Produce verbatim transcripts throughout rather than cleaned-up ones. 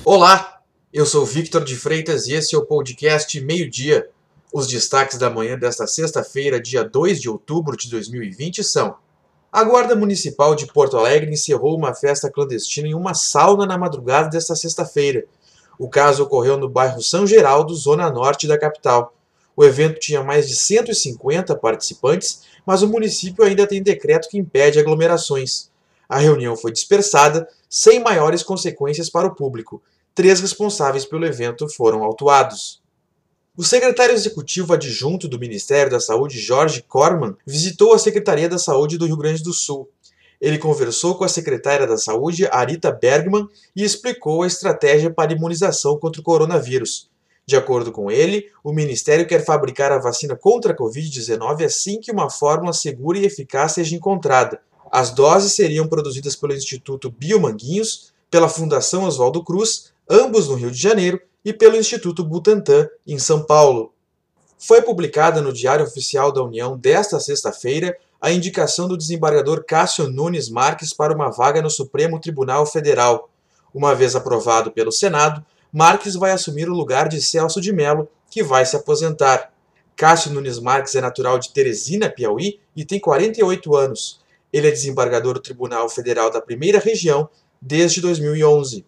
Olá, eu sou Victor de Freitas e esse é o podcast Meio-Dia. Os destaques da manhã desta sexta-feira, dia dois de outubro de dois mil e vinte são: a Guarda Municipal de Porto Alegre encerrou uma festa clandestina em uma sauna na madrugada desta sexta-feira. O caso ocorreu no bairro São Geraldo, zona norte da capital. O evento tinha mais de cento e cinquenta participantes, mas o município ainda tem decreto que impede aglomerações. A reunião foi dispersada, sem maiores consequências para o público. Três responsáveis pelo evento foram autuados. O secretário executivo adjunto do Ministério da Saúde, Jorge Corman, visitou a Secretaria da Saúde do Rio Grande do Sul. Ele conversou com a secretária da Saúde, Arita Bergman, e explicou a estratégia para a imunização contra o coronavírus. De acordo com ele, o Ministério quer fabricar a vacina contra a covid dezenove assim que uma fórmula segura e eficaz seja encontrada. As doses seriam produzidas pelo Instituto Biomanguinhos, pela Fundação Oswaldo Cruz, ambos no Rio de Janeiro, e pelo Instituto Butantan, em São Paulo. Foi publicada no Diário Oficial da União desta sexta-feira a indicação do desembargador Cássio Nunes Marques para uma vaga no Supremo Tribunal Federal. Uma vez aprovado pelo Senado, Marques vai assumir o lugar de Celso de Mello, que vai se aposentar. Cássio Nunes Marques é natural de Teresina, Piauí, e tem quarenta e oito anos. Ele é desembargador do Tribunal Federal da Primeira Região desde dois mil e onze.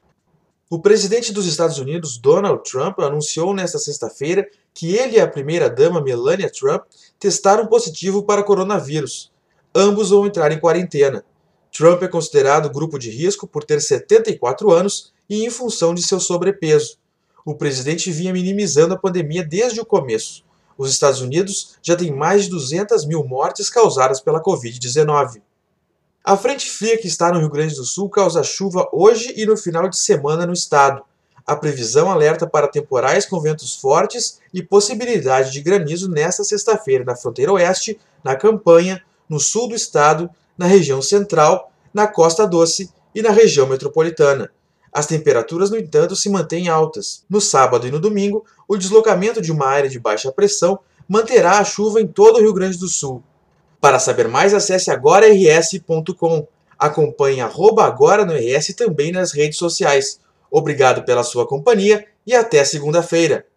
O presidente dos Estados Unidos, Donald Trump, anunciou nesta sexta-feira que ele e a primeira-dama, Melania Trump, testaram positivo para coronavírus. Ambos vão entrar em quarentena. Trump é considerado grupo de risco por ter setenta e quatro anos e em função de seu sobrepeso. O presidente vinha minimizando a pandemia desde o começo. Os Estados Unidos já têm mais de duzentas mil mortes causadas pela covid dezenove. A frente fria que está no Rio Grande do Sul causa chuva hoje e no final de semana no estado. A previsão alerta para temporais com ventos fortes e possibilidade de granizo nesta sexta-feira na fronteira oeste, na Campanha, no sul do estado, na região central, na Costa Doce e na região metropolitana. As temperaturas, no entanto, se mantêm altas. No sábado e no domingo, o deslocamento de uma área de baixa pressão manterá a chuva em todo o Rio Grande do Sul. Para saber mais, acesse agora r s ponto com. Acompanhe arroba agora no R S também nas redes sociais. Obrigado pela sua companhia e até segunda-feira.